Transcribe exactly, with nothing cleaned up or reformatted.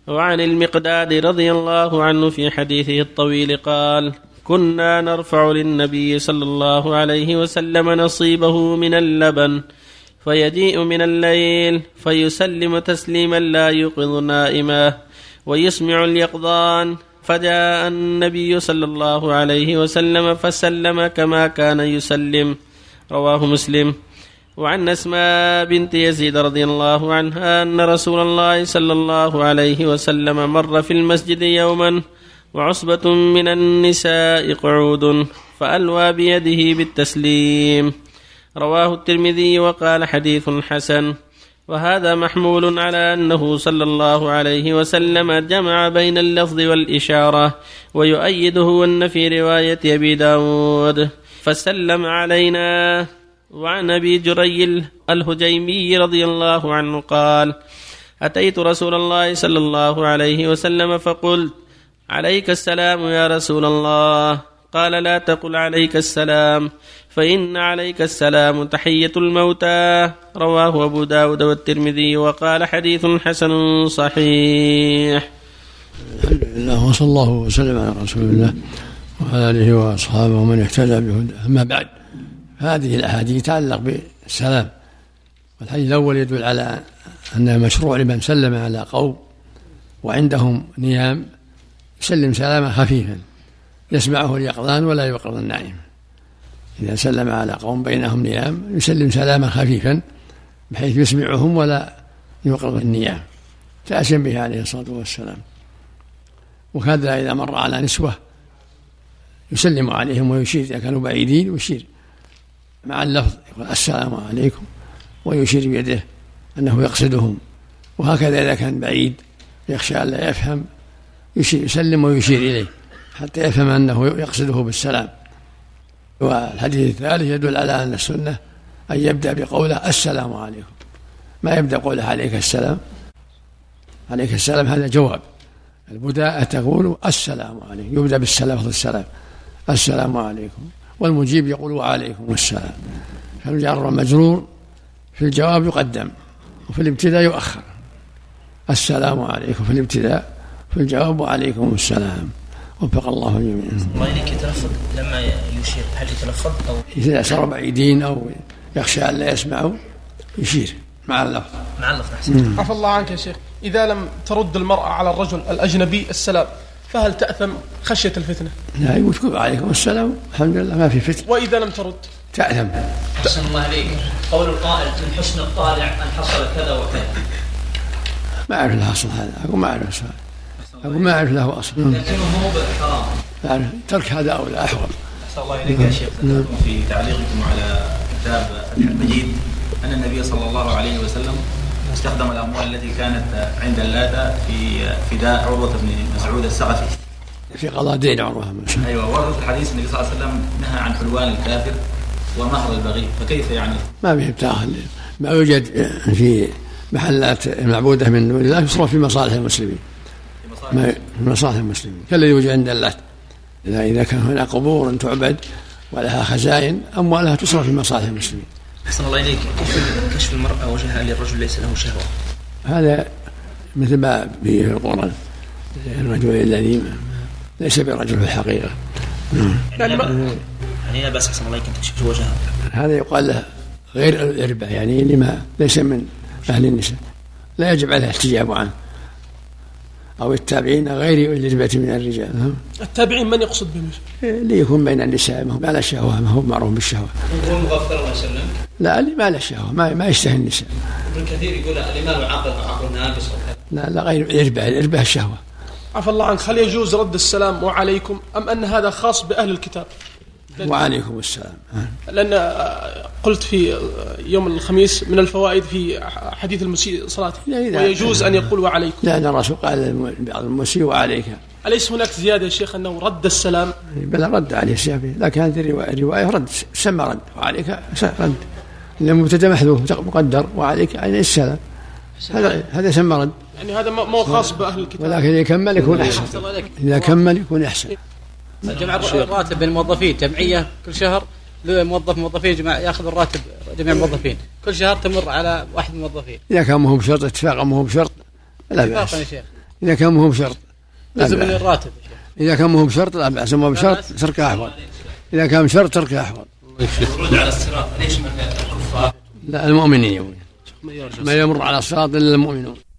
وعن المقداد رضي الله عنه في حديثه الطويل قال: كنا نرفع للنبي صلى الله عليه وسلم نصيبه من اللبن فيجيء من الليل فيسلم تسليما لا يوقظ نائما ويسمع اليقظان، فجاء النبي صلى الله عليه وسلم فسلم كما كان يسلم. رواه مسلم. وعن أسماء بنت يزيد رضي الله عنها أن رسول الله صلى الله عليه وسلم مر في المسجد يوما وعصبة من النساء قعود فألوى بيده بالتسليم. رواه الترمذي وقال حديث حسن. وهذا محمول على أنه صلى الله عليه وسلم جمع بين اللفظ والإشارة، ويؤيده أن في رواية أبي داود فسلم علينا. وعن أبي جري الهجيمي رضي الله عنه قال: أتيت رسول الله صلى الله عليه وسلم فقلت: عليك السلام يا رسول الله. قال: لا تقل عليك السلام، فإن عليك السلام تحية الموتى. رواه أبو داود والترمذي وقال حديث حسن صحيح. الحمد لله وصلى الله وسلم على رسول الله وعلى آله وأصحابه ومن اهتدى بهداه. أما بعد، هذه الأحاديث تتعلق بالسلام، والحديث الأول يدل على أنه مشروع لمن سلم على قوم وعندهم نيام يسلم سلاما خفيفا يسمعه اليقظان ولا يوقظ النائم. إذا سلم على قوم بينهم نيام يسلم سلاما خفيفا بحيث يسمعهم ولا يوقظ النيام، تأسيا به عليه الصلاة والسلام. وكذا إذا مر على نسوة يسلم عليهم ويشير إذا كانوا بعيدين، ويشير مع اللفظ يقول: السلام عليكم، ويشير بيده أنه يقصدهم. وهكذا إذا كان بعيد يخشى ألا يفهم يشير يسلم ويشير إليه حتى يفهم أنه يقصده بالسلام. والحديث الثالث يدل على أن السنة أن يبدأ بقوله: السلام عليكم، ما يبدأ قوله عليك السلام. عليك السلام هذا جواب، البداء تقول السلام عليكم، يبدأ بالسلام لفظ السلام السلام عليكم، والمجيب يقول وعليكم السلام. فالجار والمجرور في الجواب يقدم وفي الابتداء يؤخر. السلام عليكم في الابتداء، في الجواب وعليكم السلام. وفق الله جميعا. الله إليك يتلفظ لما يشير، هل يتلفظ أو إذا صار بعيدين أو يخشى أن لا يسمعوا يشير مع اللفظ مع اللفظ أحسن. عفى الله عنك يا شيخ، إذا لم ترد المرأة على الرجل الأجنبي السلام فهل تأثم خشية الفتنة؟ لا، يقول تقول عليكم السلام الحمد لله ما في فتنة. وإذا لم ترد تأثم. أحسن الله عليك. قول القائل: من حسن الطالع أن حصل كذا وكذا. ما أعرف له أصل هذا، أقول ما أعرف أصل، أقول ما أعرف له أصل، لكنه هو بالحرام. ترك هذا أولى أحوال. أحسن الله إليك يا شيخ، في تعليقكم على كتاب فتح المجيد أن النبي صلى الله عليه وسلم استخدم الأموال التي كانت عند اللاتة في فداء عروة بن مسعود الثقفي في قضاء دين عروة. أيوة، ورد في الحديث النبي صلى الله عليه وسلم نهى عن حلوان الكافر ومهر البغي، فكيف يعني؟ ما به بتاخذ ما يوجد في محلات المعبودة من دون الله يصرف في مصالح المسلمين، في مصالح المسلمين كالذي يوجد عند اللات. إذا إذا كان هناك قبور تعبد ولها خزائن أموالها تصرف في مصالح المسلمين. أحسن الله إليك. كشف المرأة وجهها للرجل ليس له شهوة، هذا مثل ما به في القرآن: الرجل الذي ليس برجل في الحقيقة. يعني لا بأس أحسن الله إليك أن تكشف وجهها. هذا يقال له غير الإربة، يعني لما ليس من أهل النساء لا يجب عليه الاحتجاب عنه، أو التابعين غير الإربة من الرجال. التابعين من يقصد بهم؟ ليكون بين النساء ما لا شهوة، ما هو معروف بالشهوة. يقول مغفر الله وسلم لا ما لا شهوة، ما ما يشتهي النساء. ابن كثير يقول الإمام عاقل عقل ناقص. لا لا غير الإربة، الإربة الشهوة. عفى الله عنك، هل يجوز رد السلام وعليكم أم أن هذا خاص بأهل الكتاب؟ وعليكم السلام. لأن قلت في يوم الخميس من الفوائد في حديث المسيء صلاته ويجوز أن يقول وعليكم. لا، أن الرسول قال بعض المسيء وعليك. أليس هناك زيادة يا شيخ أنه رد السلام؟ بل رد عليه الشافعي، لكن هذه الرواية رد، سمى رد وعليك رد، لأن مبتدأ محذوف مقدر وعليك عليه السلام، هذا هذا سمى رد. يعني هذا مو خاص بأهل الكتاب، ولكن إذا كمل يكون أحسن. إذا كمل يكون أحسن. جمع الراتب بين الموظفين، جمعية كل شهر موظف موظفين جماعة يأخذ الراتب جميع الموظفين كل شهر تمر على واحد من الموظفين. إذا كان مو بشرط اتفاقا مو بشرط لا بأس. إذا كان مهم شرط لازم من الراتب. إذا كان مهم شرط لا بأس، ما بشرط تركه أحوال. إذا كان شرط تركه أحوال. الورود على الصراط ليش من الكفار؟ لا المؤمنين يوم ما يمر على الصراط إلا المؤمنون.